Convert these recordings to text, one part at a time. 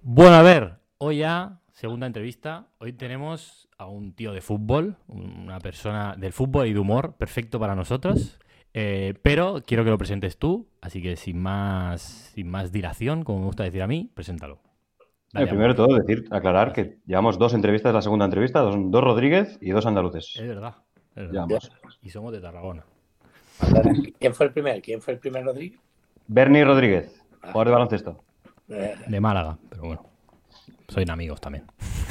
Bueno, a ver, hoy ya, segunda entrevista. Hoy tenemos a un tío de fútbol, una persona del fútbol y de humor perfecto para nosotros. Pero quiero que lo presentes tú, así que sin más dilación, como me gusta decir a mí, preséntalo. Dale, Primero Amor. de todo, aclarar Gracias. que llevamos dos entrevistas, la segunda entrevista, dos Rodríguez y dos andaluces. Es verdad, es verdad. Ya, Llevamos. Y somos de Tarragona. anda. ¿Quién fue el primero? ¿Quién fue el primer Rodríguez? Bernie Rodríguez, Ah, jugador de baloncesto. De Málaga, pero bueno, soy de amigos también.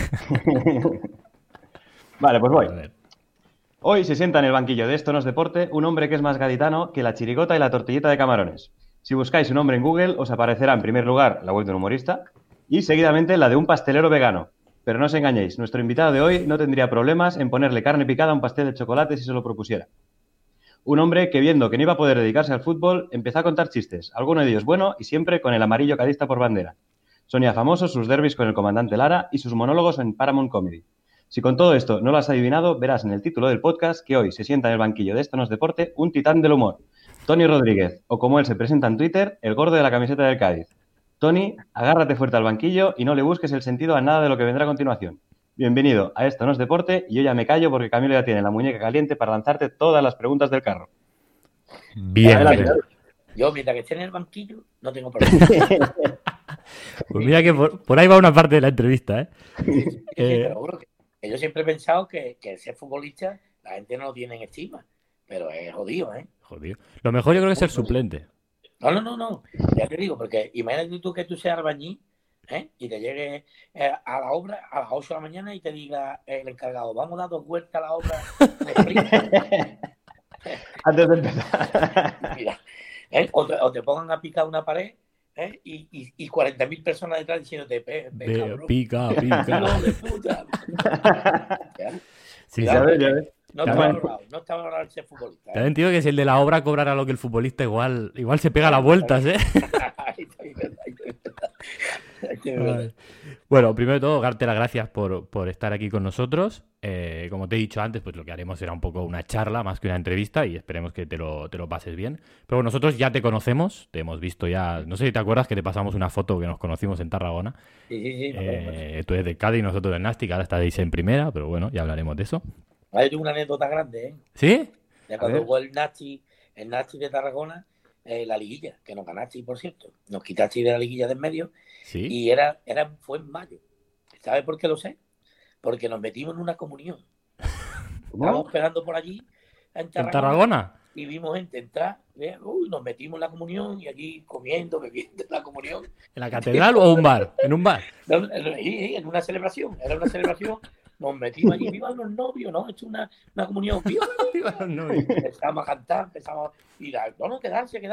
Vale, pues voy. A ver. Hoy se sienta en el banquillo de Esto no es deporte un hombre que es más gaditano que la chirigota y la tortillita de camarones. Si buscáis su nombre en Google, os aparecerá en primer lugar la web de un humorista y seguidamente la de un pastelero vegano. Pero no os engañéis, nuestro invitado de hoy no tendría problemas en ponerle carne picada a un pastel de chocolate si se lo propusiera. Un hombre que, viendo que no iba a poder dedicarse al fútbol, empezó a contar chistes, alguno de ellos bueno y siempre con el amarillo cadista por bandera. Sonía famosos sus derbis con el comandante Lara y sus monólogos en Paramount Comedy. Si con todo esto no lo has adivinado, verás en el título del podcast que hoy se sienta en el banquillo de Esto no es deporte un titán del humor, Tony Rodríguez, o como él se presenta en Twitter, el gordo de la camiseta del Cádiz. Tony, agárrate fuerte al banquillo y no le busques el sentido a nada de lo que vendrá a continuación. Bienvenido a Esto no es deporte y yo ya me callo porque Camilo ya tiene la muñeca caliente para lanzarte todas las preguntas del carro. Bien. Adelante. Yo, mientras que esté en el banquillo, no tengo problema. Pues mira que por ahí va una parte de la entrevista, ¿eh? Sí, pero bueno, que yo siempre he pensado que ser futbolista la gente no lo tiene en estima, pero es jodido, ¿eh? Joder. Lo mejor yo creo que es ser suplente. No. Ya te digo, porque imagínate tú que tú seas albañil, ¿eh? Y te llegue a la obra a las 8 de la mañana y te diga el encargado, vamos a dar 2 vueltas a la obra. Antes de empezar. Mira, o te pongan a picar una pared, y 40.000 personas detrás diciéndote, cabrón, Pica. hijo de puta. ¿Ya? Sí, Cuidado, Ya ves. no está valorado el ser futbolista. También digo que si el de la obra cobrara lo que el futbolista, igual se pega las vueltas, ¿eh? Bueno, primero de todo, darte las gracias por estar aquí con nosotros. Como te he dicho antes, pues lo que haremos será un poco una charla más que una entrevista y esperemos que te lo pases bien. Pero bueno, nosotros ya te conocemos, te hemos visto ya, no sé si te acuerdas que te pasamos una foto que nos conocimos en Tarragona. Sí. Tú eres de Cádiz, nosotros de Nástic, ahora estáis en primera, pero bueno, ya hablaremos de eso. Yo tengo una anécdota grande, ¿eh? ¿Sí? De cuando jugó el Nasti de Tarragona, la liguilla, que nos ganaste, por cierto. Nos quitaste de la liguilla de en medio. Sí. Y fue en mayo. ¿Sabes por qué lo sé? Porque nos metimos en una comunión. Estábamos esperando por allí ¿En Tarragona? y vimos gente entrar. Nos metimos en la comunión y allí comiendo, bebiendo en la comunión. ¿En la catedral o un bar? ¿En un bar? En una celebración. Era una celebración. Nos metimos allí, vivan los novios, ¿no? Esto es una comunión. ¡Viva los novios! Empezamos a cantar, y quedarse.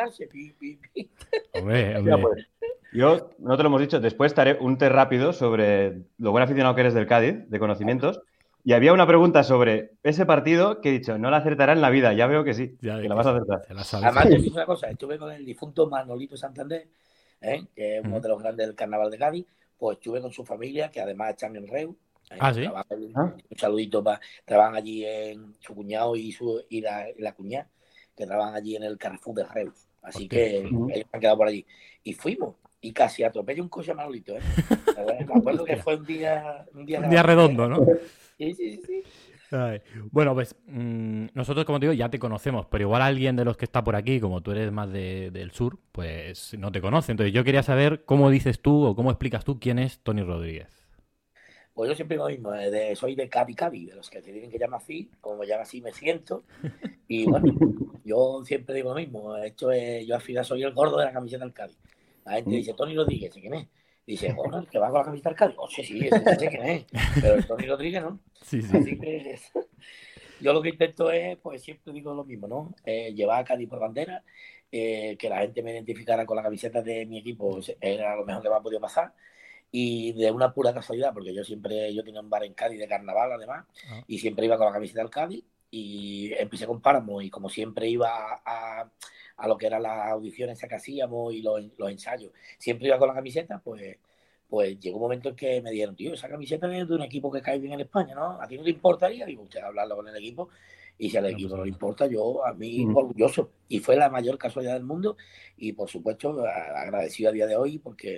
Hombre. Pues, yo, no te lo hemos dicho, después te haré un test rápido sobre lo buen aficionado que eres del Cádiz, de conocimientos. Y había una pregunta sobre ese partido que he dicho, no la acertará en la vida. Ya veo que sí, que la vas a acertar. Además, te digo una cosa, estuve con el difunto Manolito Santander, que es uno de los grandes del carnaval de Cádiz, pues estuve con su familia, que además están en Reus. ¿Sí? Un saludito trabajan allí en su cuñado y la cuñada, que trabajan allí en el Carrefour de Reus. Así que ellos han quedado por allí. Y fuimos, y casi atropellé un coche a Manolito, ¿eh? Me acuerdo que fue un día redondo, ¿no? Sí. Ay. Bueno, pues nosotros, como te digo, ya te conocemos, pero igual alguien de los que está por aquí, como tú eres más del sur, pues no te conoce. Entonces yo quería saber cómo dices tú o cómo explicas tú quién es Tony Rodríguez. Pues yo siempre digo lo mismo, soy de Cabi, de los que te tienen que llamar así, como llama así me siento. Y bueno, yo siempre digo lo mismo, yo al final soy el gordo de la camiseta del Cádiz. La gente dice, Tony Rodríguez, ¿quién es? Dice, bueno, el que va con la camiseta del Cádiz. Oh, sí, sé quién es, pero el Tony Rodríguez no. Sí. Así que yo lo que intento es, pues siempre digo lo mismo, ¿no? Llevar a Cádiz por bandera, que la gente me identificara con la camiseta de mi equipo, era lo mejor que me ha podido pasar. Y de una pura casualidad, porque yo tenía un bar en Cádiz de carnaval además, y siempre iba con la camiseta del Cádiz, y empecé con Páramo, y como siempre iba a lo que eran las audiciones que hacíamos y los ensayos, siempre iba con la camiseta, pues llegó un momento en que me dijeron, tío, esa camiseta es de un equipo que cae bien en España, ¿no? ¿A ti no te importaría? Digo, usted hablarlo con el equipo, y si al equipo no le importa, a mí orgulloso. Y fue la mayor casualidad del mundo, y por supuesto agradecido a día de hoy, porque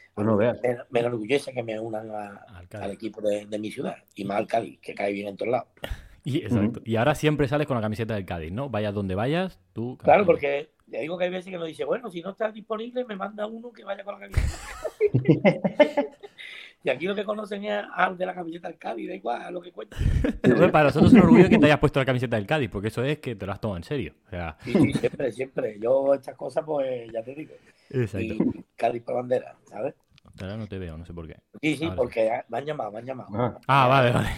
Pues no veas. Me enorgullece que me unan Al Cádiz. al equipo de mi ciudad. Y más al Cádiz, que cae bien en todos lados. Exacto. Y ahora siempre sales con la camiseta del Cádiz, ¿no? Vayas donde vayas, tú... Claro, campaña. porque le digo que hay veces que nos dice, bueno, si no está disponible, me manda uno que vaya con la camiseta. Y aquí lo que conocen es al de la camiseta del Cádiz, da igual, a lo que cuente. Hombre, para nosotros es un orgullo que te hayas puesto la camiseta del Cádiz, porque eso es que te lo has tomado en serio. O sea, Sí, siempre, siempre. Yo estas cosas, pues, ya te digo. exacto. Y Cádiz por bandera, ¿sabes? Ahora no te veo, no sé por qué. Sí, Ahora porque me han llamado. Vale, vale.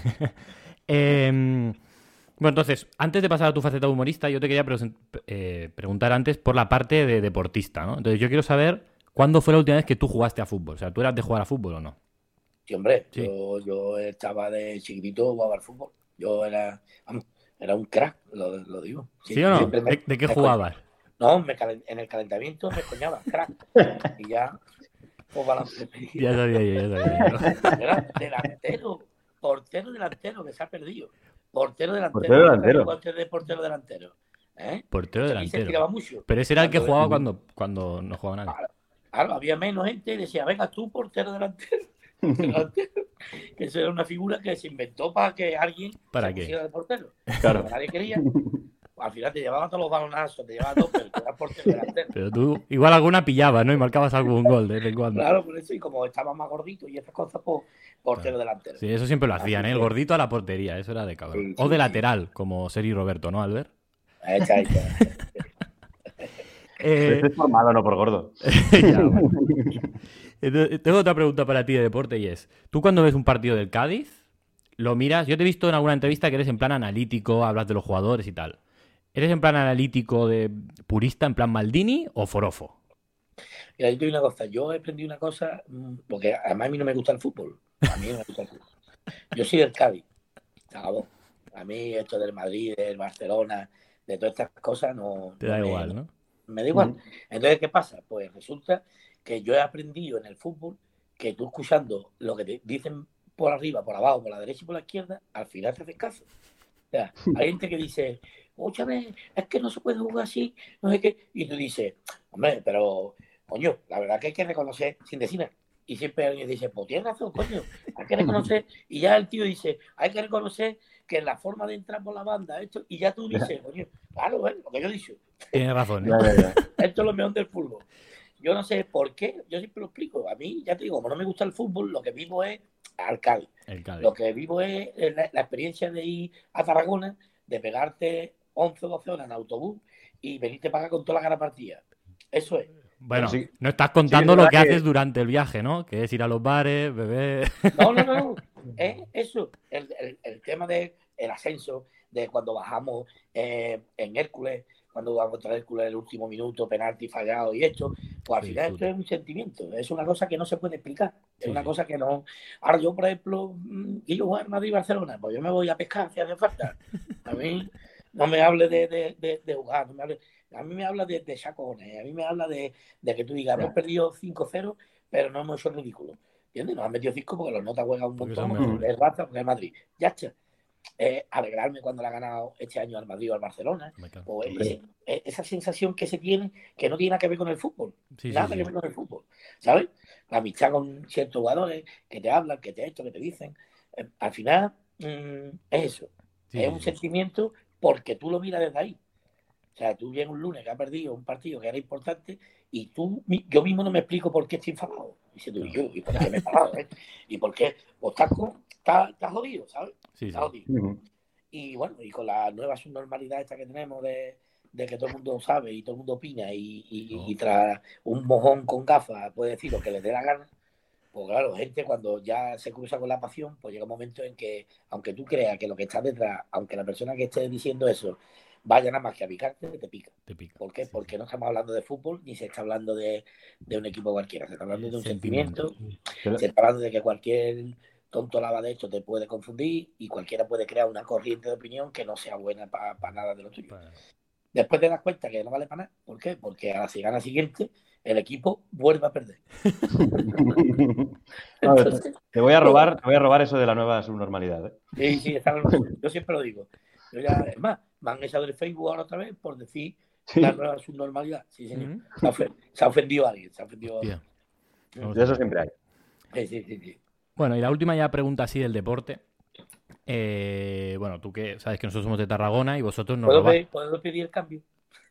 Bueno, entonces, antes de pasar a tu faceta de humorista, yo te quería preguntar antes por la parte de deportista, ¿no? Entonces, yo quiero saber cuándo fue la última vez que tú jugaste a fútbol. O sea, ¿tú eras de jugar a fútbol o no? Sí, hombre, Sí. yo estaba de chiquitito, jugaba al fútbol. Yo era un crack, lo digo. ¿Sí o no? siempre ¿De qué me jugabas? No, en el calentamiento me coñaba, crack. Y ya, pues balance. Ya sabía yo. Era delantero, portero delantero, que se ha perdido. Portero delantero. Portero delantero. Antes de portero delantero. Portero Y se delantero. tiraba mucho. Pero ese era el que Cuando- jugaba cuando no jugaba nadie. Claro, había menos gente y decía, venga tú, portero delantero. Delantero. Que eso era una figura que se inventó para que alguien ¿Para se qué? pusiera de portero. Claro. Como nadie quería. Al final te llevaban todos los balonazos, te llevaban todo, pero tú eras portero delantero. Pero tú igual alguna pillabas, ¿no? Y marcabas algún gol de vez en cuando. Claro, por eso, y como estaba más gordito y estas cosas, pues portero delantero. Sí, eso siempre lo hacían, Así ¿eh? El que- gordito a la portería, eso era de cabrón. Sí, O de sí. lateral, como Seri Roberto, ¿no, Albert? Hecha. Este es formado, no por gordo. Ya, bueno. Entonces, tengo otra pregunta para ti de deporte y es, ¿tú cuando ves un partido del Cádiz, lo miras? Yo te he visto en alguna entrevista que eres en plan analítico, hablas de los jugadores y tal. ¿Eres en plan analítico de purista, en plan Maldini o forofo? Y ahí te digo una cosa, yo he aprendido una cosa, porque además a mí no me gusta el fútbol. A mí no me gusta el fútbol. Yo soy del Cádiz, se acabó. A mí esto del Madrid, del Barcelona, de todas estas cosas no... Te da no igual, ¿no? Me da igual. Entonces, ¿qué pasa? Pues resulta que yo he aprendido en el fútbol que tú escuchando lo que te dicen por arriba, por abajo, por la derecha y por la izquierda, al final te haces caso. O sea, hay gente que dice, óchame, es que no se puede jugar así, no sé qué. Y tú dices, hombre, pero, coño, la verdad que hay que reconocer sin decir nada. Y siempre alguien dice, pues tienes razón, coño, hay que reconocer. Y ya el tío dice, hay que reconocer que la forma de entrar por la banda, esto, y ya tú dices, coño, claro, bueno, lo que yo he dicho. Tienes razón, ¿no? Ya. Esto es lo mejor del fútbol. Yo no sé por qué, yo siempre lo explico. A mí, ya te digo, como no me gusta el fútbol, lo que vivo es al Cádiz. El Cádiz. Lo que vivo es la experiencia de ir a Tarragona, de pegarte 11 o 12 horas en autobús y venirte para acá con toda la cara partida. Eso es. Bueno, Sí. no estás contando Sí, es lo verdad que que- haces durante el viaje, ¿no? Que es ir a los bares, beber... No. Es eso. El tema del ascenso, de cuando bajamos en Hércules, cuando vamos contra Hércules en el último minuto, penalti fallado y esto, pues al Sí, final sí. esto es un sentimiento, es una cosa que no se puede explicar, es Sí, una sí. cosa que no... Ahora yo, por ejemplo, quiero jugar Madrid-Barcelona, pues yo me voy a pescar si hace falta. A mí no me hable de jugar, no me hable... A mí me habla de chacones, a mí me habla de que tú digas, hemos perdido 5-0, pero no hemos hecho el ridículo. ¿Entiendes? Nos han metido 5 porque los notas juegan un Porque montón, son porque mejores. es raza, porque es Madrid. Ya está. Alegrarme cuando le ha ganado este año al Madrid o al Barcelona. O esa sensación que se tiene, que no tiene nada que ver con el fútbol. Nada que ver con el fútbol. ¿Sabes? La amistad con ciertos jugadores que te hablan, que te esto, que te dicen. Al final, es eso. Es un sentimiento porque tú lo miras desde ahí. O sea, tú vienes un lunes que has perdido un partido que era importante y yo mismo no me explico por qué estoy enfadado. Dice tú, ¿y por qué me he enfadado? ¿Y por qué? Pues estás jodido, ¿sabes? Estás jodido. Y bueno, y con la nueva subnormalidad esta que tenemos de que todo el mundo sabe y todo el mundo opina y tras un mojón con gafas puede decir lo que le dé la gana, pues claro, gente cuando ya se cruza con la pasión, pues llega un momento en que, aunque tú creas que lo que está detrás, aunque la persona que esté diciendo eso vaya nada más que a picarte, te pica. ¿Por qué? Porque no estamos hablando de fútbol ni se está hablando de un equipo cualquiera, se está hablando de un sentimiento, se está hablando de que cualquier tonto lava de esto te puede confundir y cualquiera puede crear una corriente de opinión que no sea buena para nada de lo tuyo. Después te das cuenta que no vale para nada. ¿Por qué? Porque a la semana siguiente el equipo vuelve a perder. Entonces, te voy a robar eso de la nueva subnormalidad. Sí, yo siempre lo digo. Es más, me han echado del Facebook ahora otra vez por decir la nueva subnormalidad. Sí, señor. Se ha ofendido a alguien. De eso siempre hay. Sí. Bueno, y la última ya pregunta así del deporte. Bueno, tú que sabes que nosotros somos de Tarragona y vosotros nos robáis. ¿Puedo pedir el cambio?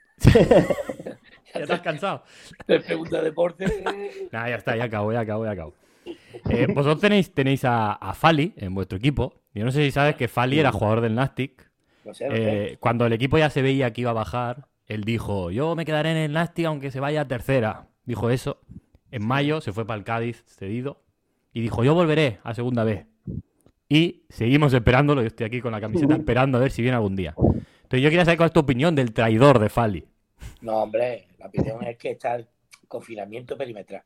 ¿Ya te has cansado? Te pregunta de deporte. Nada, ya está, ya acabo. Vosotros tenéis a Fali en vuestro equipo. Yo no sé si sabes que Fali era jugador del Nastic. No sé. Cuando el equipo ya se veía que iba a bajar, él dijo, yo me quedaré en el Nastic aunque se vaya a tercera. Dijo eso. En mayo se fue para el Cádiz cedido y dijo, yo volveré a segunda vez. Y seguimos esperándolo. Yo estoy aquí con la camiseta esperando a ver si viene algún día. Entonces yo quería saber cuál es tu opinión del traidor de Fali. No, hombre, la opinión es que está el confinamiento perimetral.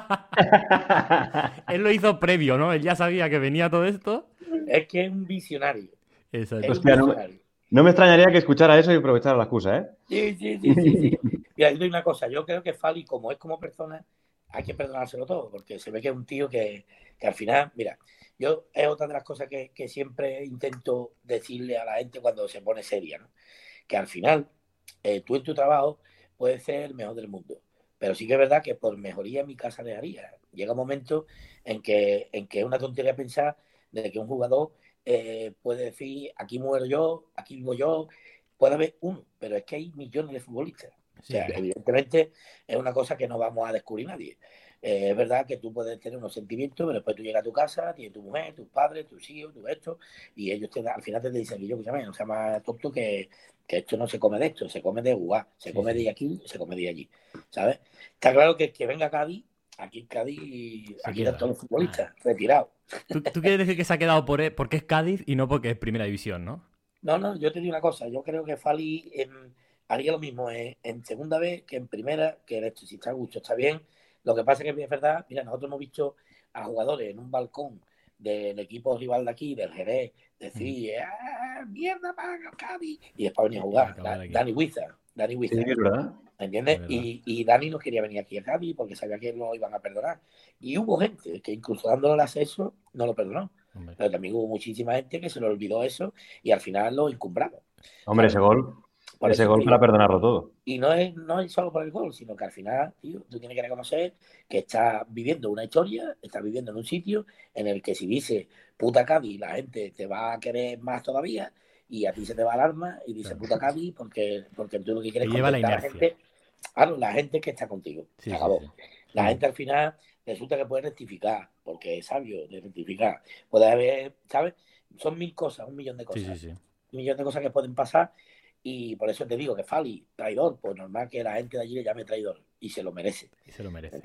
Él lo hizo previo, ¿no? Él ya sabía que venía todo esto. Es que es un visionario. Exacto. Hostia, no me extrañaría que escuchara eso y aprovechara la excusa, ¿eh? Sí. Mira, yo digo una cosa, yo creo que Fali, como es como persona, hay que perdonárselo todo, porque se ve que es un tío que al final, mira, yo es otra de las cosas que siempre intento decirle a la gente cuando se pone seria, ¿no? Que al final, tú en tu trabajo puedes ser el mejor del mundo, pero sí que es verdad que por mejoría en mi casa le haría. Llega un momento en que es una tontería pensar de que un jugador puede decir, aquí muero yo, aquí vivo yo. Puede haber uno, pero es que hay millones de futbolistas. O sea, evidentemente es una cosa que no vamos a descubrir nadie. Es verdad que tú puedes tener unos sentimientos, pero después tú llegas a tu casa, tienes tu mujer, tus padres, tus hijos, tu esto, y ellos al final te dicen que yo, que no sea más tonto que esto no se come de esto, se come de jugar, se come de aquí, se come de allí, ¿sabes? Está claro que venga Cádiz, aquí en Cádiz, aquí están todos los futbolistas retirados. ¿Tú quieres decir que se ha quedado porque es Cádiz y no porque es Primera División, ¿no? No, yo te digo una cosa, yo creo que Fali haría lo mismo en segunda vez que en primera, que esto, si está a gusto, está bien. Lo que pasa es que es verdad, mira, nosotros hemos visto a jugadores en un balcón del equipo rival de aquí, del Jerez, decir, mierda para Cádiz, y después venir a jugar. Dani Huiza. Sí, es verdad. ¿Entiendes? Y Dani no quería venir aquí a Cádiz porque sabía que lo iban a perdonar. Y hubo gente que incluso dándole el acceso no lo perdonó. Hombre. Pero también hubo muchísima gente que se le olvidó eso y al final lo encumbramos. Hombre, ese gol para perdonarlo todo. Y no es solo por el gol, sino que al final, tío, tú tienes que reconocer que estás viviendo una historia, estás viviendo en un sitio en el que si dices puta Cádiz, la gente te va a querer más todavía y a ti se te va el arma y dices puta Cádiz porque tú lo que quieres contentar a la gente. Claro, la gente que está contigo. Se acabó. La gente al final resulta que puede rectificar, porque es sabio de rectificar. Puede haber, ¿sabes? Son 1000 cosas, 1.000.000 de cosas. 1.000.000 de cosas que pueden pasar. Y por eso te digo que Fali, traidor, pues normal que la gente de allí le llame traidor. Y se lo merece. Si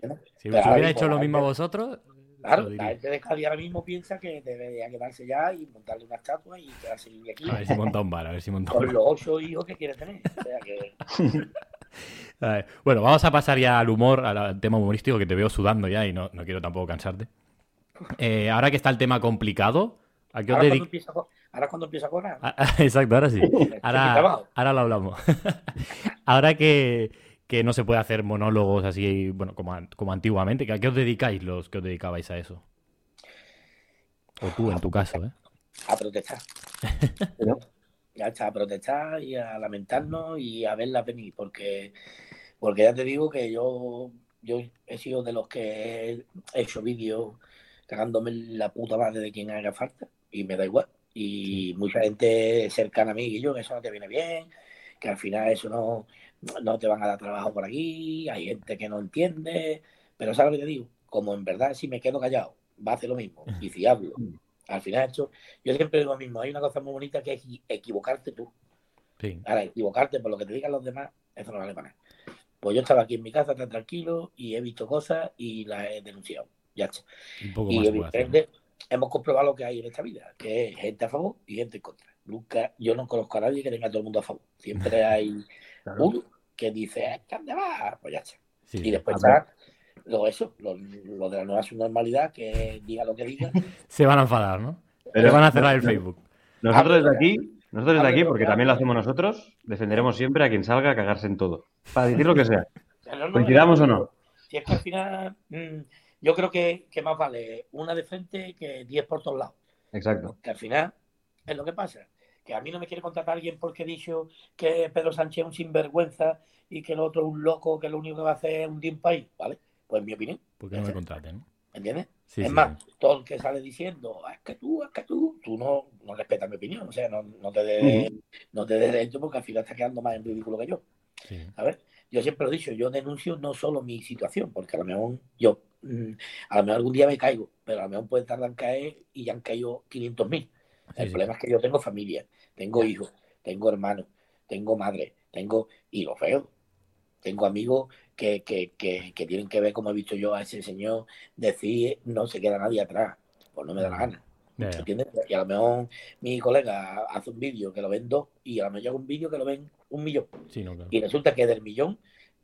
hubiera hecho lo mismo a vosotros. Claro, la gente de Cádiz ahora mismo piensa que debería quedarse ya y montarle una estatua y quedarse aquí. A ver si monta un bar, Con los 8 hijos que quiere tener. O sea que... Bueno, vamos a pasar ya al humor, al tema humorístico, que te veo sudando ya y no quiero tampoco cansarte. Ahora que está el tema complicado, ¿a qué os dedicáis? Ahora cuando empieza a cobrar. Exacto, ahora sí. Ahora lo hablamos. Ahora que no se puede hacer monólogos así, bueno, como antiguamente, ¿a qué os dedicáis los que os dedicabais a eso? O tú, en tu caso, ¿eh? A protestar. Ya está, a protestar y a lamentarnos y a verla venir, porque ya te digo que yo he sido de los que he hecho vídeos cagándome la puta madre de quien haga falta y me da igual. Y mucha gente cercana a mí y yo, que eso no te viene bien, que al final eso no te van a dar trabajo por aquí, hay gente que no entiende, pero ¿sabes lo que te digo? Como en verdad si me quedo callado, va a hacer lo mismo. Y si hablo, al final yo siempre digo lo mismo, hay una cosa muy bonita que es equivocarte tú. Sí. Ahora, equivocarte por lo que te digan los demás, eso no vale para nada. Pues yo estaba aquí en mi casa tan tranquilo y he visto cosas y las he denunciado. Ya está. Y evidentemente hemos comprobado lo que hay en esta vida, que es gente a favor y gente en contra. Nunca, yo no conozco a nadie que tenga a todo el mundo a favor. Siempre hay uno que dice, ¿dónde va? Pues ya está. Y después está lo de la nueva subnormalidad, que diga lo que diga. Se van a enfadar, ¿no? Pero van a cerrar el Facebook. Nosotros desde aquí, porque también lo hacemos nosotros, defenderemos siempre a quien salga a cagarse en todo. Para decir lo que sea. ¿Coincidamos o no? Si es que al final, yo creo que más vale una de frente que 10 por todos lados. Exacto. Que al final es lo que pasa. Que a mí no me quiere contratar alguien porque he dicho que Pedro Sánchez es un sinvergüenza y que el otro es un loco que lo único que va a hacer es hundir un país, ¿vale? Pues mi opinión. ¿Por qué no me contraten? ¿Me entiendes? Sí, es sí, más, sí. todo el que sale diciendo, es que tú no respetas mi opinión, o sea, no te des derecho porque al final estás quedando más en ridículo que yo. Sí. A ver, yo siempre lo he dicho, yo denuncio no solo mi situación, porque a lo mejor yo, a lo mejor algún día me caigo, pero a lo mejor puede tardar en caer y ya han caído 500.000. El Sí, problema es que yo tengo familia, tengo hijos, tengo hermanos, tengo madre, y lo veo. Tengo amigos que tienen que ver, como he visto yo a ese señor decir, no se queda nadie atrás. Pues no me da la gana. Ya, ya. ¿Entiendes? Y a lo mejor mi colega hace un vídeo que lo ven 2 y a lo mejor llega un vídeo que lo ven 1 millón. Sí, no, claro. Y resulta que del millón,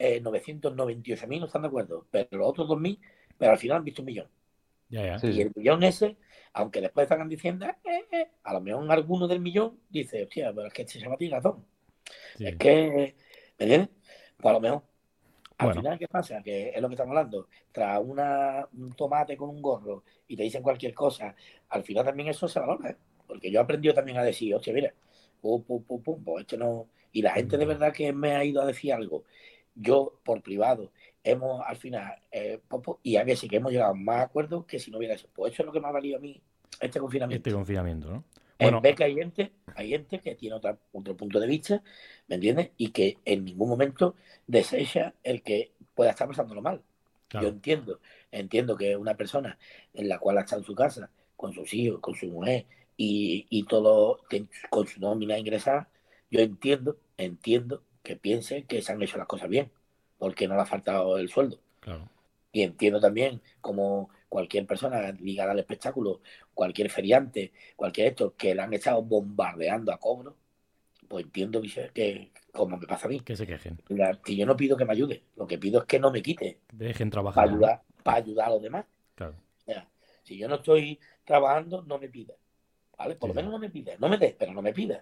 998.000 no están de acuerdo, pero los otros 2.000, pero al final han visto 1 millón. Ya, ya. Sí, Y sí. el millón ese, aunque después están diciendo, a lo mejor alguno del millón dice, hostia, pero es que este se va a tirar razón. Sí. Es que, ¿me entiendes? Pues a lo mejor. Al Bueno. final, ¿qué pasa? Que es lo que estamos hablando. Tras un tomate con un gorro y te dicen cualquier cosa, al final también eso se valora, ¿eh? Porque yo he aprendido también a decir, hostia, mira, pum, pum, pum, pum, pues esto no. Y la gente de verdad que me ha ido a decir algo. Yo, por privado, hemos al final, y a veces que hemos llegado a más acuerdos que si no hubiera eso. Pues eso es lo que me ha valido a mí este Este confinamiento. confinamiento, ¿no? En Bueno, vez que hay gente que tiene otro punto de vista, ¿me entiendes? Y que en ningún momento desecha el que pueda estar pasándolo mal. Yo claro. entiendo que una persona en la cual está en su casa, con sus hijos, con su mujer y todo, con su nómina ingresada, yo entiendo que piense que se han hecho las cosas bien, porque no le ha faltado el sueldo. Claro. Y entiendo también como cualquier persona ligada al espectáculo, cualquier feriante, cualquier esto, que le han estado bombardeando a cobro, pues entiendo que como me pasa a mí. Que se quejen. Que yo no pido que me ayude, lo que pido es que no me quite Que te dejen trabajar. para ayudar a los demás. Claro. O sea, si yo no estoy trabajando, no me pidas. ¿Vale? Por lo menos no me pidas. No me des, pero no me pidas.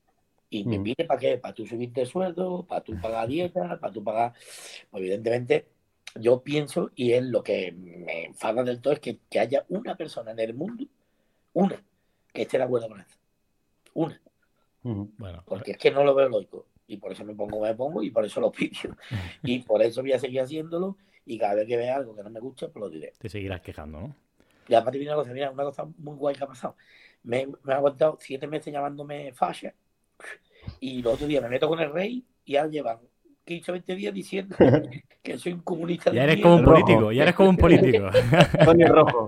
Y me pides para qué, para tú subirte el sueldo, para tú pagar dieta, para tú pagar. Pues evidentemente, yo pienso, y es lo que me enfada del todo, es que haya una persona en el mundo, una, que esté de acuerdo con eso. Una. Bueno, Porque es que no lo veo lógico. Y por eso me pongo y por eso lo pido. Y por eso voy a seguir haciéndolo. Y cada vez que vea algo que no me gusta, pues lo diré. te seguirás quejando, ¿no? Y aparte viene una cosa muy guay que ha pasado. Me ha aguantado 7 meses llamándome fascia. Y los otros días me meto con el rey y ya llevan 15 o 20 días diciendo que soy un comunista Ya de eres como un mierda. político, ya eres como un político. Tony Rojo.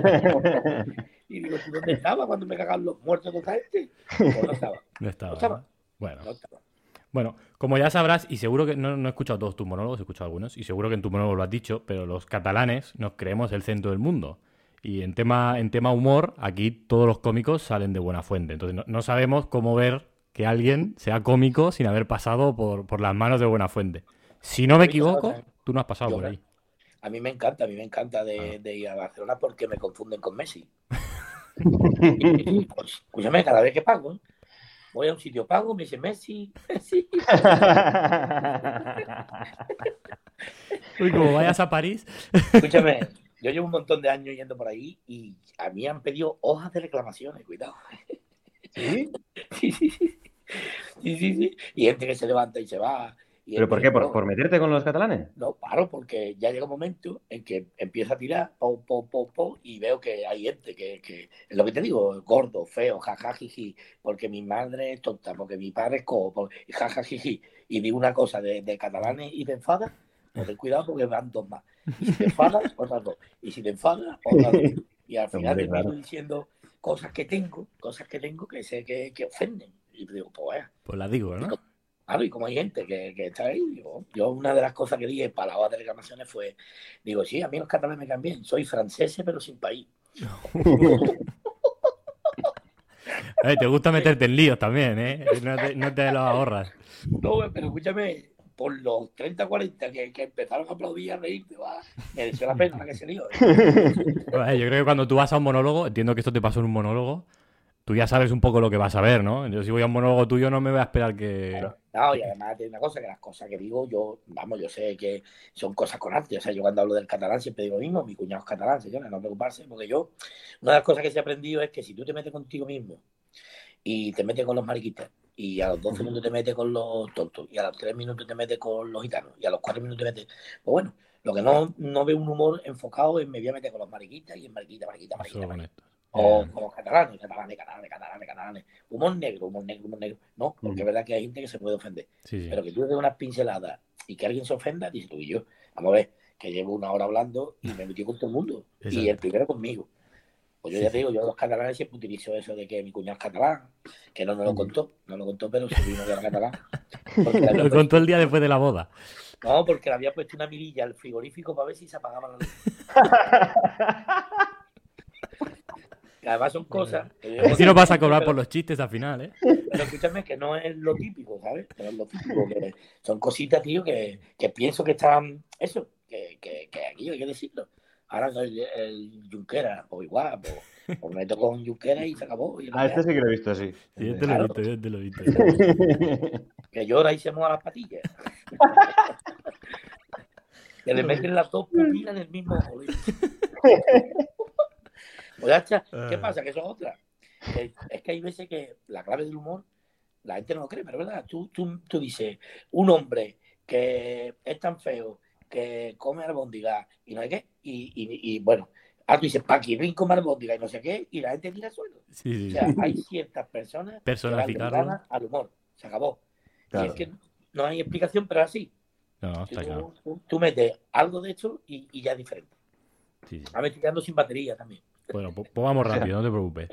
Y digo, ¿tú dónde estabas cuando me cagaban los muertos totalmente? Pues no estaba. No estaba. No estaba. ¿no? Bueno. No estaba. Bueno, como ya sabrás, y seguro que no he escuchado todos tus monólogos, he escuchado algunos, y seguro que en tu monólogo lo has dicho, pero los catalanes nos creemos el centro del mundo. Y en tema humor, aquí todos los cómicos salen de buena fuente. Entonces no sabemos cómo ver que alguien sea cómico sin haber pasado por las manos de buena fuente. Si no me equivoco, tú no has pasado por ahí. A mí me encanta de ir a Barcelona porque me confunden con Messi. Pues, escúchame, cada vez que pago, voy a un sitio pago, me dice Messi. Uy, como vayas a París. Escúchame, yo llevo un montón de años yendo por ahí y a mí han pedido hojas de reclamaciones, cuidado. ¿Sí? Sí. Y gente que se levanta y se va. ¿Pero por qué? ¿Por meterte con los catalanes? No, paro, porque ya llega un momento en que empieza a tirar, y veo que hay gente que es lo que te digo, gordo, feo, jajajiji, porque mi madre es tonta, porque mi padre es cojo, jajajiji, y digo una cosa de catalanes y te enfadas, pues ten cuidado porque van 2 más. Y si te enfadas, otras 2. Y si te enfadas, otras 2. Y al final Hombre, termino claro. diciendo cosas que tengo que sé que ofenden. Y digo, pues vaya. Pues las digo, ¿no? Claro, y como hay gente que está ahí, yo una de las cosas que dije para la hoja de reclamaciones fue, digo, sí, a mí los catalanes me caen bien, soy francés pero sin país. Te gusta meterte en líos también, ¿eh? No te los ahorras. No, pero escúchame, por los 30, 40 que empezaron a aplaudir y a reírte, mereció la pena que se dio. Bueno, yo creo que cuando tú vas a un monólogo, entiendo que esto te pasó en un monólogo, tú ya sabes un poco lo que vas a ver, ¿no? Yo si voy a un monólogo tuyo no me voy a esperar que... Claro. No, y además tiene una cosa, que las cosas que digo, yo sé que son cosas con arte. O sea, yo cuando hablo del catalán siempre digo lo mismo, mi cuñado es catalán, señores, no preocuparse, porque una de las cosas que se ha aprendido es que si tú te metes contigo mismo y te metes con los mariquitas, y a los 12 minutos te metes con los tontos, y a los 3 minutos te metes con los gitanos, y a los 4 minutos te metes... Pues bueno, Lo que no veo un humor enfocado en me voy a meter con los mariquitas y en mariquita. O con los catalanes. Humor negro. No, porque es verdad que hay gente que se puede ofender. Sí. Pero que tú des unas pinceladas y que alguien se ofenda, dices tú y yo. Vamos a ver, que llevo 1 hora hablando y me metí con todo el mundo. Exacto. Y el primero conmigo. Pues yo ya te digo, yo los catalanes siempre utilizo eso de que mi cuñado es catalán, que no lo contó, pero su vino era catalán. Lo contó el día después de la boda. No, porque le había puesto una mirilla al frigorífico para ver si se apagaba la luz. Que además son cosas... Si no vas a cobrar por los chistes al final, ¿eh? Pero escúchame, que no es lo típico, ¿sabes? No es lo típico, que son cositas, tío, que pienso que están... Eso, que aquí hay que decirlo. Ahora el Junqueras, o igual, pues me meto con Junqueras y se acabó. Y este sí que lo he visto, sí. Sí, yo te lo he visto. Que llora y se mueva las patillas. Que le meten las 2 pupilas en el mismo ojo. Pues ya, ¿qué pasa? Que eso es otra. Es que hay veces que la clave del humor, la gente no lo cree, pero es verdad. Tú dices, un hombre que es tan feo, que come albóndiga y no sé qué, y bueno, tú dices, Paquirrín come albóndiga y no sé qué, y la gente tira al suelo. Sí. O sea, hay ciertas personas personificarlo que al humor. Se acabó. Claro. Y es que no hay explicación, pero así. No, está claro. Tú metes algo de esto y ya es diferente. Sí. A ver, estoy quedando sin batería también. Bueno, pues vamos rápido, no te preocupes.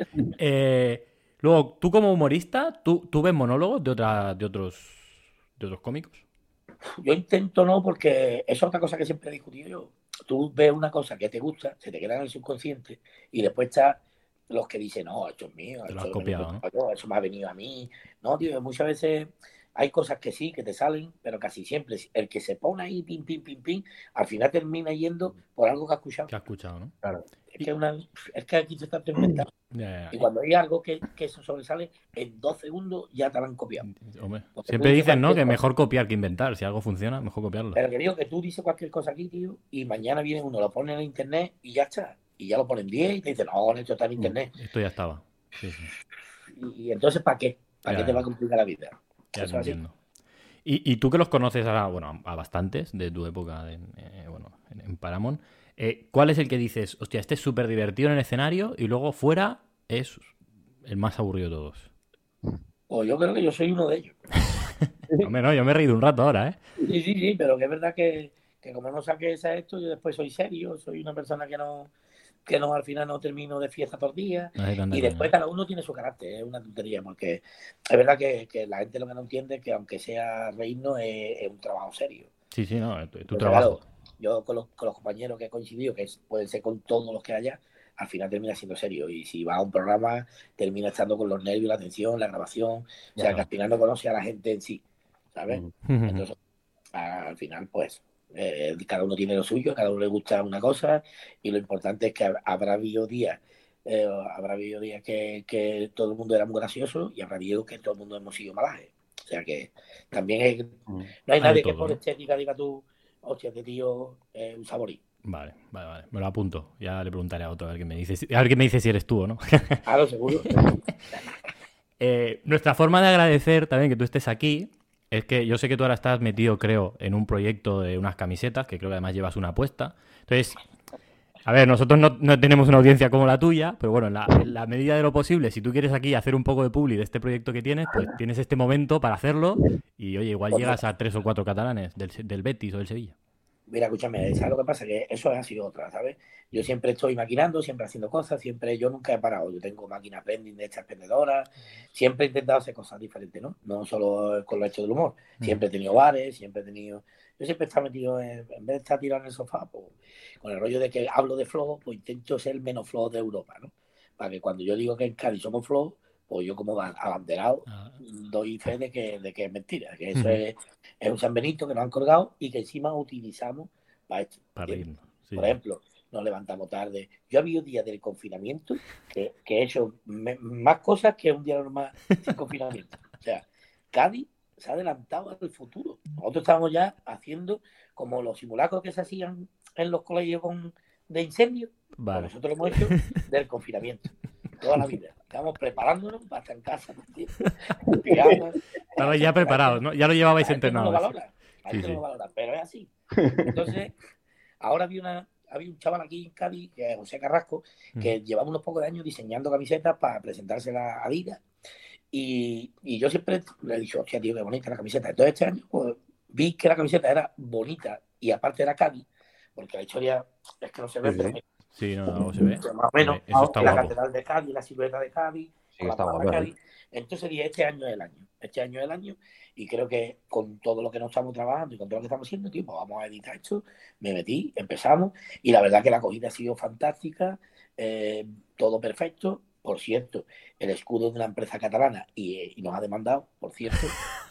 Luego, tú como humorista, ¿tú ves monólogos de otros cómicos? Yo intento no, porque eso es otra cosa que siempre he discutido yo. Tú ves una cosa que te gusta, se te queda en el subconsciente, y después está los que dicen, no, esto es mío, Te lo has copiado, ¿no? eso me ha venido a mí. No, tío, muchas veces hay cosas que sí, que te salen, pero casi siempre el que se pone ahí, pim, al final termina yendo por algo que ha escuchado. Que has escuchado, ¿no? Claro. Es que aquí se está inventando. Ya. Y cuando hay algo que eso sobresale, en 2 segundos ya te lo han copiado. Hombre, Porque siempre tú dicen, ¿no? dices Que mejor copiar que inventar. Si algo funciona, mejor copiarlo. Pero que digo que tú dices cualquier cosa aquí, tío, y mañana viene uno, lo pone en internet y ya está. Y ya lo ponen 10 y te dicen, no, esto está en internet. Esto ya estaba. Sí. Y entonces, ¿para qué? ¿Para qué te va a complicar la vida? Ya lo entiendo. Y tú que los conoces ahora, bueno, a bastantes de tu época en Paramount, ¿cuál es el que dices, hostia, este es súper divertido en el escenario y luego fuera es el más aburrido de todos? Pues yo creo que yo soy uno de ellos. Hombre, no, yo me he reído un rato ahora, ¿eh? Sí, pero que es verdad que como no saques a esto, yo después soy serio, soy una persona que no al final no termino de fiesta por día. Y después cada uno tiene su carácter, es una tontería, porque es verdad que la gente lo que no entiende es que aunque sea reírnos es un trabajo serio. Sí, no, es tu trabajo. Claro, yo con los compañeros que he coincidido, que pueden ser con todos los que haya, al final termina siendo serio. Y si va a un programa, termina estando con los nervios, la atención, la grabación. O sea, que al final no conoce a la gente en sí, ¿sabes? Entonces, al final, pues, cada uno tiene lo suyo, a cada uno le gusta una cosa, y lo importante es que habrá habido días que todo el mundo era muy gracioso y habrá habido que todo el mundo hemos sido malajes. O sea que también no hay nadie que por estética diga tú, hostia, este tío es un saborí. Vale. Me lo apunto. Ya le preguntaré a otro a ver qué me dice si eres tú o no. Claro, seguro. Nuestra forma de agradecer también que tú estés aquí es que yo sé que tú ahora estás metido, creo, en un proyecto de unas camisetas, que creo que además llevas una apuesta. Entonces, a ver, nosotros no tenemos una audiencia como la tuya, pero bueno, en la medida de lo posible, si tú quieres aquí hacer un poco de publi de este proyecto que tienes, pues tienes este momento para hacerlo y, oye, igual llegas a 3 o 4 catalanes del Betis o del Sevilla. Mira, escúchame, ¿sabes lo que pasa? Que eso ha sido otra, ¿sabes? Yo siempre estoy maquinando, siempre haciendo cosas, yo nunca he parado. Yo tengo máquinas vending de estas expendedoras, siempre he intentado hacer cosas diferentes, ¿no? No solo con lo hecho del humor. Siempre he tenido bares, yo siempre he estado metido, en vez de estar tirado en el sofá, pues, con el rollo de que hablo de flow, pues intento ser el menos flow de Europa, ¿no? Para que cuando yo digo que en Cádiz somos flow, pues yo como abanderado doy fe de que es mentira, que eso es un San Benito que nos han colgado y que encima utilizamos para esto. Para reírnos. Sí. Por ejemplo, nos levantamos tarde. Yo había días del confinamiento que he hecho más cosas que un día normal sin confinamiento. O sea, Cádiz se ha adelantado al futuro. Nosotros estábamos ya haciendo como los simulacros que se hacían en los colegios de incendio. Vale. Pues nosotros lo hemos hecho del confinamiento. Toda la vida. Estamos preparándonos para estar en casa. Estabais ya preparados, ¿no? Ya lo llevabais entrenado. La gente no lo valora, pero es así. Entonces, Ahora había un chaval aquí en Cádiz, que es José Carrasco, que llevaba unos pocos de años diseñando camisetas para presentárselas a Adidas. Y yo siempre le he dicho, hostia, tío, qué bonita la camiseta. Entonces este año pues, vi que la camiseta era bonita y aparte era Cádiz, porque la historia es que no se ve, Sí, pero sí. Sí, no, no se ve. más o menos, Eso está la guapo. catedral de Cádiz, la silueta de Cádiz, Sí, con la está palabra guapo, Cádiz. Entonces dije, este año es el año, y creo que con todo lo que nos estamos trabajando y con todo lo que estamos haciendo, tío, pues vamos a editar esto. Me metí, empezamos, y la verdad que la acogida ha sido fantástica, todo perfecto. Por cierto, el escudo de una empresa catalana y nos ha demandado, por cierto.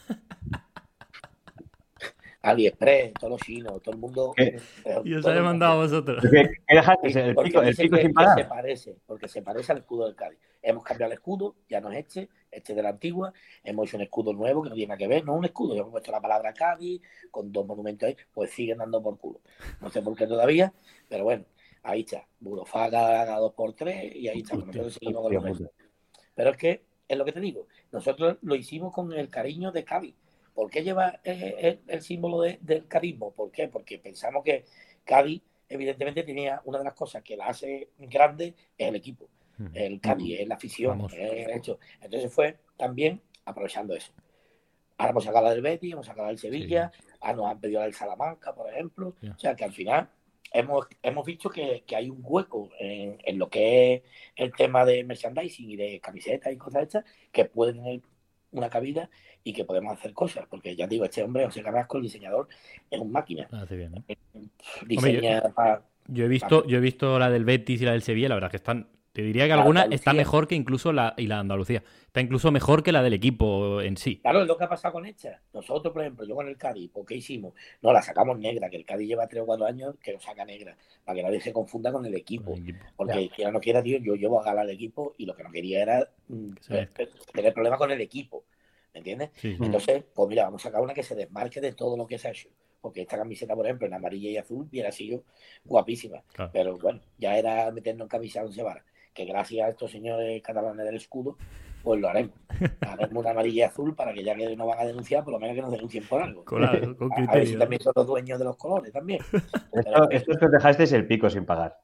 AliExpress, todos los chinos, todo el mundo. ¿Qué, Y os todo ha el demandado a mundo. vosotros. qué dejaste? ¿El Porque dice pico sin que pagar? se parece, porque se parece al escudo del Cádiz. Hemos cambiado el escudo, ya no es este de la antigua. Hemos hecho un escudo nuevo que no tiene nada que ver, no es un escudo. Hemos puesto la palabra Cádiz con 2 monumentos ahí, pues siguen dando por culo. No sé por qué todavía, pero bueno, ahí está. Burofaga a 2x3 y ahí está. Nosotros seguimos con los restos. Pero es que, es lo que te digo, nosotros lo hicimos con el cariño de Cádiz. ¿Por qué lleva el símbolo del carismo? ¿Por qué? Porque pensamos que Cádiz, evidentemente, tenía una de las cosas que la hace grande, es el equipo. El Cádiz, es la afición. Entonces fue también aprovechando eso. Ahora hemos sacado la del Betis, hemos sacado la del Sevilla, ahora nos han pedido la del Salamanca, por ejemplo. O sea, que al final hemos visto que hay un hueco en lo que es el tema de merchandising y de camisetas y cosas estas que pueden tener una cabida y que podemos hacer cosas. Porque ya digo, este hombre, José Carrasco, el diseñador, es un máquina. Hace bien, ¿eh? Diseña Hombre, yo he visto la del Betis y la del Sevilla, la verdad es que están. Te diría que alguna está mejor que incluso la de Andalucía. Está incluso mejor que la del equipo en sí. Claro, es lo que ha pasado con esta. Nosotros, por ejemplo, yo con el Cádiz, ¿por qué hicimos? No, la sacamos negra, que el Cádiz lleva 3 o 4 años que lo saca negra, para que nadie se confunda con el equipo. Porque quiera no quiera, tío, yo llevo a gala el equipo y lo que no quería era tener problemas con el equipo. ¿Me entiendes? Sí. Entonces, pues mira, vamos a sacar una que se desmarque de todo lo que se ha hecho. Porque esta camiseta, por ejemplo, en amarilla y azul, hubiera sido guapísima. Claro. Pero bueno, ya era meternos en camisa 11 varas. Que gracias a estos señores catalanes del escudo, pues lo haremos. Haremos una amarilla y azul para que ya que no van a denunciar, por lo menos que nos denuncien por algo. Claro, con criterio, a ver si también son los dueños de los colores también. Esto es que os dejasteis el pico sin pagar.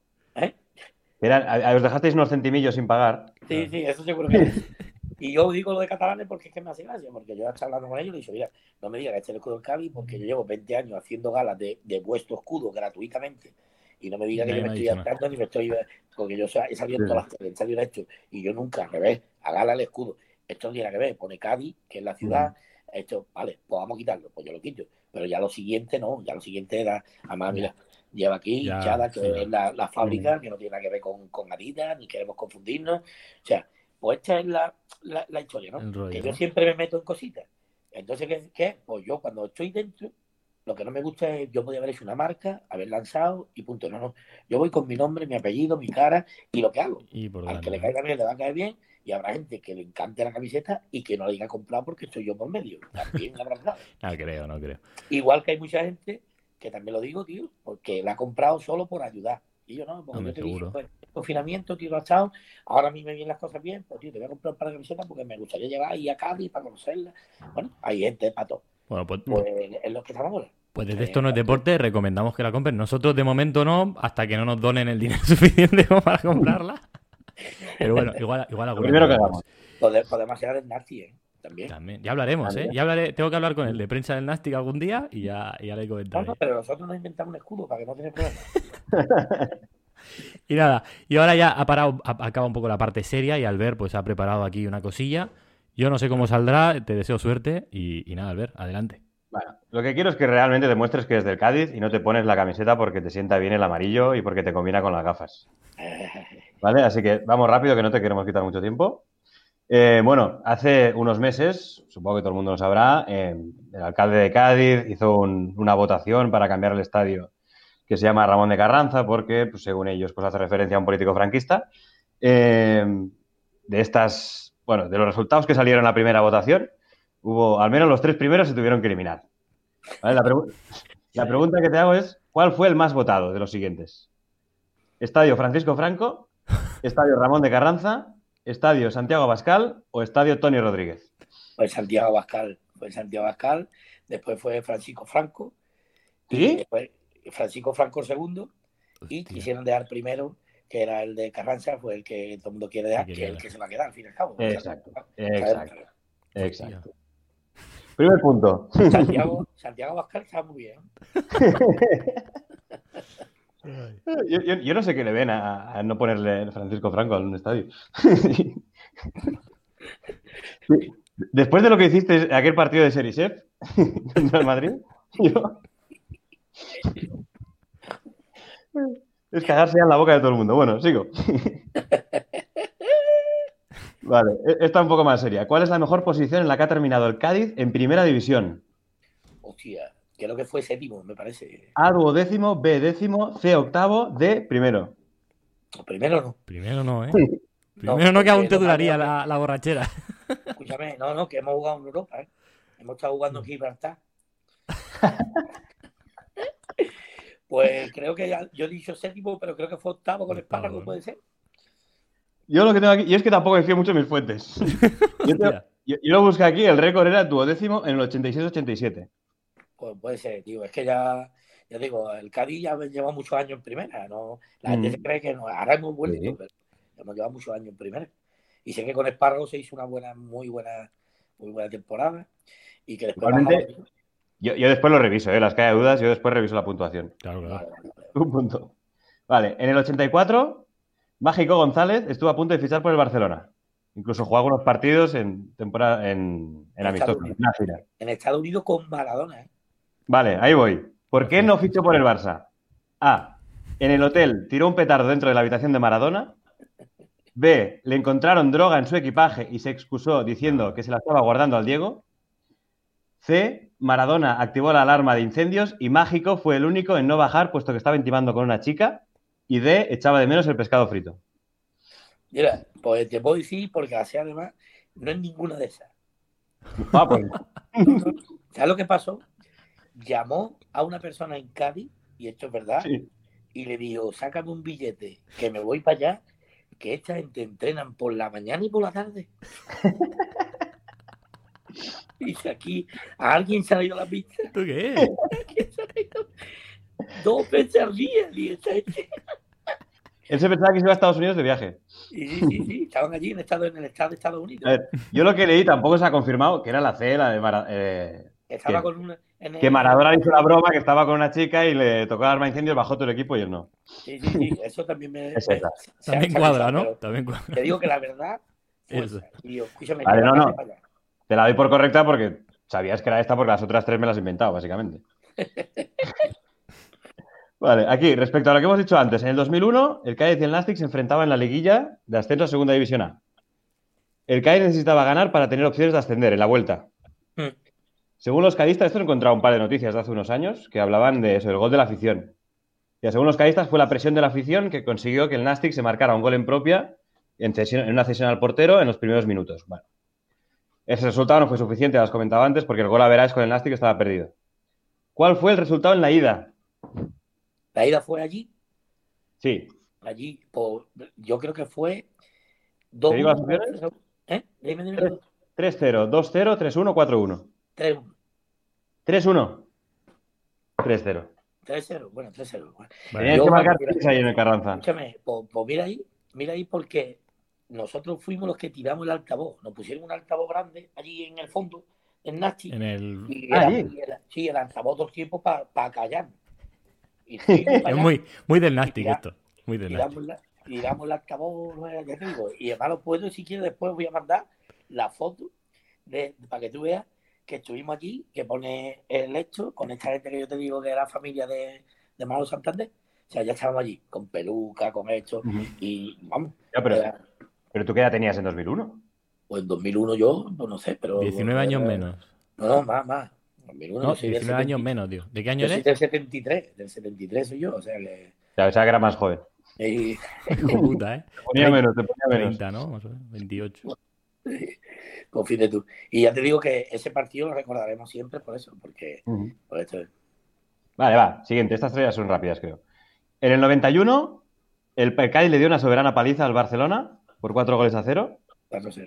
Os dejasteis unos centimillos sin pagar. Sí, sí, eso seguro que es. Y yo digo lo de catalanes porque es que me hace gracia, porque yo estaba hablando con ellos y le he dicho, mira, no me digas que este es el escudo del Cádiz porque yo llevo 20 años haciendo galas de vuestro escudo gratuitamente. Y no me diga que yo me estoy adaptando ni me estoy. Porque yo he salido en todas las televisión esto. Y yo nunca, al revés, a gala el escudo. Esto no tiene que ver, pone Cádiz, que es la ciudad. Esto, vale, pues vamos a quitarlo. Pues yo lo quito. Pero ya lo siguiente no, ya lo siguiente era. Además, mira, lleva aquí hinchada, que es la fábrica, que no tiene nada que ver con Adidas, ni queremos confundirnos. O sea, pues esta es la historia, ¿no? Rollo, que yo siempre me meto en cositas. Entonces, ¿qué? Pues yo cuando estoy dentro. Lo que no me gusta es, yo podía haber hecho una marca, haber lanzado y punto. No. Yo voy con mi nombre, mi apellido, mi cara y lo que hago. Al que le caiga bien, le va a caer bien. Y habrá gente que le encante la camiseta y que no la haya comprado porque estoy yo por medio. También habrá dado. No creo. Igual que hay mucha gente, que también lo digo, tío, porque la ha comprado solo por ayudar. Y yo no, porque yo te digo, pues, el confinamiento, tío, lo ha estado. Ahora a mí me vienen las cosas bien, pues tío, te voy a comprar un par de camisetas porque me gustaría llegar ahí a Cádiz para conocerla. Bueno, hay gente para todo. Bueno, pues es lo que estamos ahora. Pues desde Esto No es Deporte recomendamos que la compren. Nosotros de momento no, hasta que no nos donen el dinero suficiente como para comprarla. Pero bueno, igual alguna primero que hagamos. Podemos hacer el Nasty, También. Ya hablaremos, ¿eh? Tengo que hablar con el de prensa del Nastic algún día y ya le comentaré. No, pero nosotros nos inventamos un escudo para que no tenga problemas. Y nada, y ahora ya acaba un poco la parte seria y Albert pues ha preparado aquí una cosilla. Yo no sé cómo saldrá, te deseo suerte y nada, Albert, adelante. Bueno, lo que quiero es que realmente demuestres que eres del Cádiz y no te pones la camiseta porque te sienta bien el amarillo y porque te combina con las gafas. ¿Vale? Así que vamos rápido, que no te queremos quitar mucho tiempo. Bueno, hace unos meses, supongo que todo el mundo lo sabrá, el alcalde de Cádiz hizo una votación para cambiar el estadio que se llama Ramón de Carranza porque, pues, según ellos, pues hace referencia a un político franquista. De los resultados que salieron en la primera votación, al menos los 3 primeros se tuvieron que eliminar. ¿Vale? La pregunta que te hago es, ¿cuál fue el más votado de los siguientes? ¿Estadio Francisco Franco, Estadio Ramón de Carranza, Estadio Santiago Abascal o Estadio Toni Rodríguez? Pues Santiago Abascal. Después fue Francisco Franco. ¿Sí? Francisco Franco el segundo, y Hostia. quisieron dejar primero, que era el de Carranza, fue el que todo el mundo quiere dejar, que es el que se va a quedar al fin y al cabo. Exacto, ¿Sabes? exacto. Primer punto. Santiago Abascal está muy bien. Yo no sé qué le ven a no ponerle Francisco Franco en un estadio. Después de lo que hiciste aquel partido de Serichef contra el Madrid, es cagarse ya en la boca de todo el mundo. Bueno, sigo. Vale, esta un poco más seria. ¿Cuál es la mejor posición en la que ha terminado el Cádiz en primera división? Hostia, creo que fue séptimo, me parece. A duodécimo, B décimo, C octavo, D primero. Primero no. Primero no, ¿eh? Primero no, que aún te duraría la borrachera. Escúchame, no, que hemos jugado en Europa, ¿eh? Hemos estado jugando en Gibraltar. Pues creo que yo he dicho séptimo, pero creo que fue octavo con Espárrago, ¿no? puede ser. Yo lo que tengo aquí, y es que tampoco me fío mucho en mis fuentes. Yo lo busqué aquí, el récord era duodécimo en el 86-87. Pues puede ser, tío. Es que ya digo, el Cádiz ya lleva muchos años en primera, ¿no? La gente se cree que no, ahora hemos vuelto, Sí. pero hemos llevado muchos años en primera. Y sé que con Espárrago se hizo una muy buena temporada. Y que después Igualmente, yo después lo reviso, las que haya dudas, yo después reviso la puntuación. Claro. Vale. Un punto. Vale, en el 84, Mágico González estuvo a punto de fichar por el Barcelona. Incluso jugó algunos partidos en temporada en amistosos. En Estados Unidos con Maradona, ¿eh? Vale, ahí voy. ¿Por qué no fichó por el Barça? A. En el hotel tiró un petardo dentro de la habitación de Maradona. B. Le encontraron droga en su equipaje y se excusó diciendo que se la estaba guardando al Diego. C. Maradona activó la alarma de incendios y Mágico fue el único en no bajar puesto que estaba intimando con una chica. Y D. Echaba de menos el pescado frito. Mira, pues te puedo decir, porque así además no es ninguna de esas. Ah, pues. ¿Sabes lo que pasó? Llamó a una persona en Cádiz, y esto es verdad, Sí. y le dijo, sácame un billete, que me voy para allá, que esta gente entrenan por la mañana y por la tarde. Dice aquí, ¿a alguien se ha ido la pista? ¿Tú qué? ¿Quién se ha ido? 2 veces al día, dice. Él se pensaba que se iba a Estados Unidos de viaje. Sí, estaban allí en el estado de Estados Unidos. A ver, yo lo que leí tampoco se ha confirmado que era la C, la de Estaba con una... que Maradona hizo la broma, que estaba con una chica y le tocó el arma de incendios, bajó todo el equipo y él no. Sí, eso también me... Es esa. También cuadra, ¿no? También cuadra. Te digo que la verdad... Eso. Tío, escúchame, vale, no. Te la doy por correcta porque sabías que era esta porque las otras 3 me las he inventado, básicamente. Vale, aquí, respecto a lo que hemos dicho antes, en el 2001 el Cádiz y el Nàstic se enfrentaban en la liguilla de ascenso a Segunda División A. El Cádiz necesitaba ganar para tener opciones de ascender en la vuelta. Según los cadistas, esto he encontrado un par de noticias de hace unos años que hablaban de eso, del gol de la afición. Y según los cadistas fue la presión de la afición que consiguió que el Nàstic se marcara un gol en propia en una cesión al portero en los primeros minutos. Bueno, ese resultado no fue suficiente, ya os comentaba antes, porque el gol a verás con el Nàstic estaba perdido. ¿Cuál fue el resultado en la ida? ¿La ida fue allí? Sí. Allí, pues, yo creo que fue... ¿Te digo las opciones? Dime. 3-0, 2-0, 3-1, 4-1. 3-1. 3-1. 3-0. 3-0, bueno, 3-0. Bueno. Tenías que marcar 3 ahí en el Carranza. Escúchame, pues mira ahí porque nosotros fuimos los que tiramos el altavoz. Nos pusieron un altavoz grande allí en el fondo, en Nàstic. Y el altavoz todo el tiempo para callar. Es muy del Nàstic esto. Muy del Nàstic. Tiramos el altavoz, ya te digo. Y además lo puedo, si quieres, después voy a mandar la foto para que tú veas que estuvimos allí, que pone el hecho con esta gente que yo te digo que era familia de Manolo Santander. O sea, ya estábamos allí, con peluca, con esto, y vamos. Ya, pero tú qué edad tenías en 2001? Pues en 2001 yo, pues no sé, pero... 19 años menos. No, más. 2001, no, 19 años menos, tío. ¿De qué año eres? Del 73 soy yo, o sea que... Ya, pensaba que era más joven. Puta, ¿eh? Te ponía menos. 30, ¿no? Más o menos, 28. Confíe tú. Y ya te digo que ese partido lo recordaremos siempre por eso, porque... por esto es... Vale, va. Siguiente. Estas 3 son rápidas, creo. En el 91, el Cádiz le dio una soberana paliza al Barcelona por 4-0. 4-0.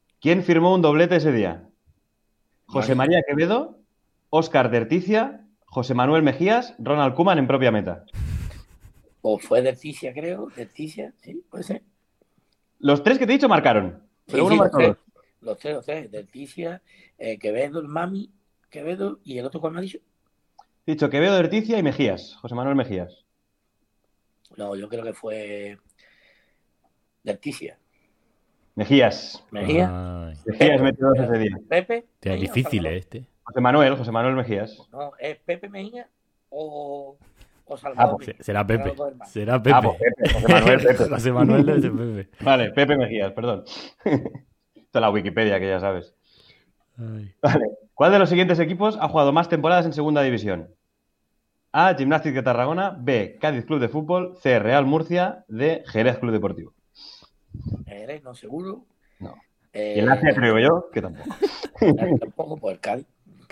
¿Quién firmó un doblete ese día? José María Quevedo, Óscar Derticia, José Manuel Mejías, Ronald Koeman en propia meta. O fue Leticia, creo. Leticia, sí, puede ser. Los 3 que te he dicho marcaron. Pero uno marcó 2. Los tres. Leticia, Quevedo, el Mami, Quevedo, y el otro, ¿cuál me ha dicho? He dicho Quevedo, Erticia y Mejías. José Manuel Mejías. No, yo creo que fue Leticia. Mejías. Mejías. Mejías metió 2 ese día. Pepe. Es difícil, este. José Manuel Mejías. No, ¿es Pepe Mejía o Salvador? Pues, será Pepe. Será Pepe. Pues Pepe. José Manuel Pepe. José Manuel debe ser Pepe. Vale, Pepe Mejías, perdón. Esto es la Wikipedia, que ya sabes. Ay. Vale. ¿Cuál de los siguientes equipos ha jugado más temporadas en segunda división? A. Gimnàstic de Tarragona. B. Cádiz Club de Fútbol. C. Real Murcia. D. Jerez Club Deportivo. Jerez, no seguro. No. Y el Asia creo yo que tampoco. Tampoco, pues el Cádiz.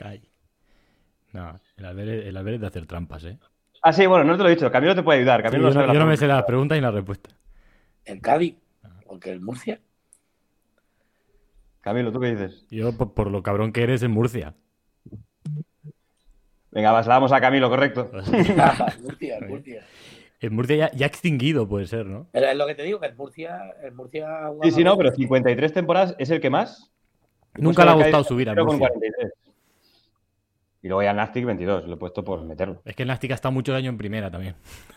No, el Albert es de hacer trampas, ¿eh? Ah, sí, bueno, no te lo he dicho. Camilo te puede ayudar. Camilo Sí, yo no me sé las preguntas y las respuestas. El Cádiz, porque el Murcia. Camilo, ¿tú qué dices? Yo, por lo cabrón que eres, en Murcia. Venga, vas, la damos a Camilo, correcto. Murcia. En Murcia ya extinguido puede ser, ¿no? Pero es lo que te digo, que el Murcia Sí, no, pero 53 temporadas es el que más. Nunca le ha gustado subir a Murcia. Con 43. Y luego ya el Nàstic 22, lo he puesto por meterlo. Es que el Nàstic ha estado muchos años en primera también.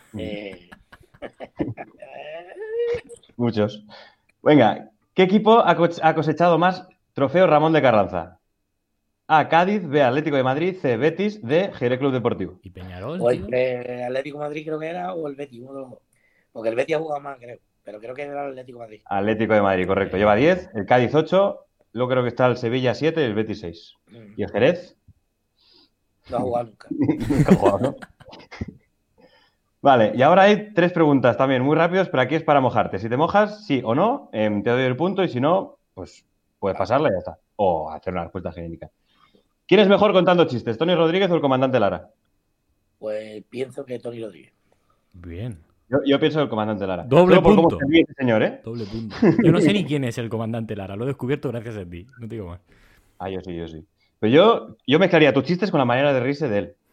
Muchos. Venga, ¿qué equipo ha cosechado más trofeos Ramón de Carranza? A. Cádiz, B. Atlético de Madrid, C. Betis, D. Jerez Club Deportivo. ¿Y Peñarol? O el Atlético de Madrid creo que era, o el Betis, uno de los dos. Porque el Betis ha jugado más, creo. Pero creo que era el Atlético de Madrid. Atlético de Madrid, correcto. Lleva 10, el Cádiz 8, luego creo que está el Sevilla 7 y el Betis 6. ¿Y el Jerez? No ha jugado nunca. Nunca ha jugado, ¿no? Vale, y ahora hay 3 preguntas también muy rápidas, pero aquí es para mojarte. Si te mojas, sí o no, te doy el punto y si no, pues puedes pasarla y ya está. O hacer una respuesta genérica. ¿Quién es mejor contando chistes, Tony Rodríguez o el comandante Lara? Pues pienso que Tony Rodríguez. Bien. Yo pienso el comandante Lara. Doble Solo por punto. cómo se ríe ese señor, ¿eh? Doble punto. Yo no sé ni quién es el comandante Lara. Lo he descubierto gracias a ti. No te digo más. Ah, yo sí. Pero yo mezclaría tus chistes con la manera de reírse de él.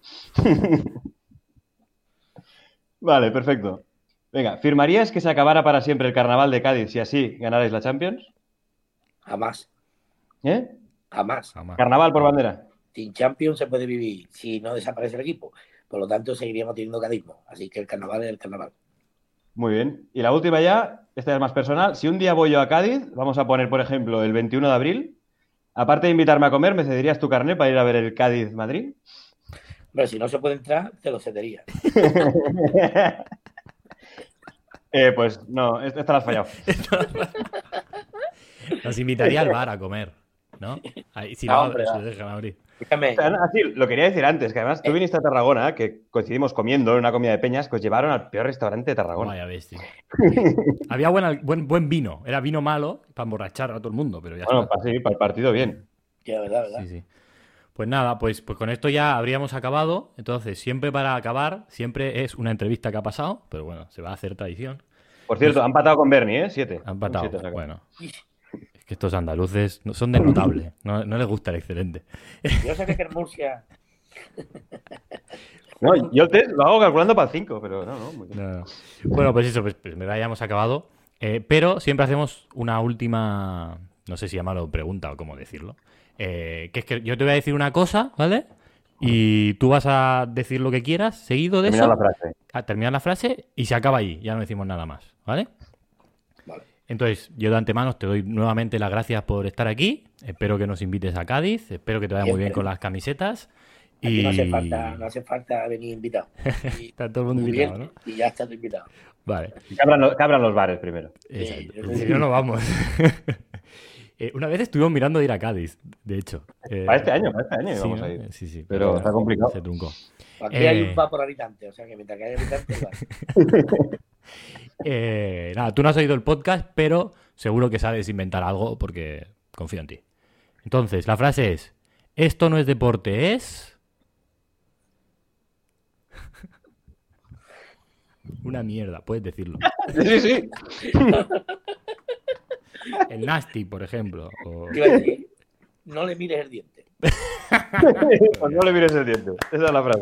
Vale, perfecto. Venga, ¿firmarías que se acabara para siempre el carnaval de Cádiz si así ganarais la Champions? Jamás. ¿Eh? Jamás. Carnaval por bandera. Sin Champions se puede vivir si no desaparece el equipo. Por lo tanto, seguiríamos teniendo cadismo. Así que el carnaval es el carnaval. Muy bien. Y la última ya, esta es más personal. Si un día voy yo a Cádiz, vamos a poner, por ejemplo, el 21 de abril, aparte de invitarme a comer, ¿me cederías tu carnet para ir a ver el Cádiz-Madrid? Pero si no se puede entrar, te lo cedería. Pues no, esta la has fallado. Nos invitaría al bar a comer, ¿no? Ahí, si no, se dejan abrir. Fíjame. Así, lo quería decir antes, que además tú viniste a Tarragona, que coincidimos comiendo en una comida de peñas, que os llevaron al peor restaurante de Tarragona. Vaya bestia. Había buen vino. Era vino malo para emborrachar a todo el mundo, pero ya bueno, está. para el partido bien. Sí, verdad. Sí. Pues nada, pues con esto ya habríamos acabado. Entonces, siempre para acabar, siempre es una entrevista que ha pasado, pero bueno, se va a hacer tradición. Por cierto, han empatado con Bernie, ¿eh? 7. Han empatado. 7 bueno. Es que estos andaluces son desnotables. No les gusta el excelente. Yo sé que en Murcia... No, yo el test lo hago calculando para el 5, pero no. No. Bueno, pues eso, pues ya hemos acabado. Pero siempre hacemos una última, no sé si llamarlo pregunta o cómo decirlo. Que es que yo te voy a decir una cosa, ¿vale? Y tú vas a decir lo que quieras seguido de Terminar eso. la frase. Terminar la frase y se acaba ahí. Ya no decimos nada más, ¿vale? Vale. Entonces, yo de antemano te doy nuevamente las gracias por estar aquí. Espero que nos invites a Cádiz. Espero que te vaya muy bien con las camisetas. Aquí no hace falta venir invitado. Está todo el mundo Muy invitado, bien, ¿no? y ya estás invitado. Vale. Que abran los bares primero. Exacto. Si no, no vamos. Una vez estuvimos mirando de ir a Cádiz, de hecho. Para este año sí, vamos ¿no? a ir. Sí. Pero está complicado. Se truncó. Aquí hay un bar por habitante, o sea que mientras que haya habitantes, vale. Nada, tú no has oído el podcast, pero seguro que sabes inventar algo porque confío en ti. Entonces, la frase es: esto no es deporte, es... Una mierda, puedes decirlo. Sí. El Nàstic, por ejemplo. Iba a decir, no le mires el diente. Pues no le mires el diente. Esa es la frase.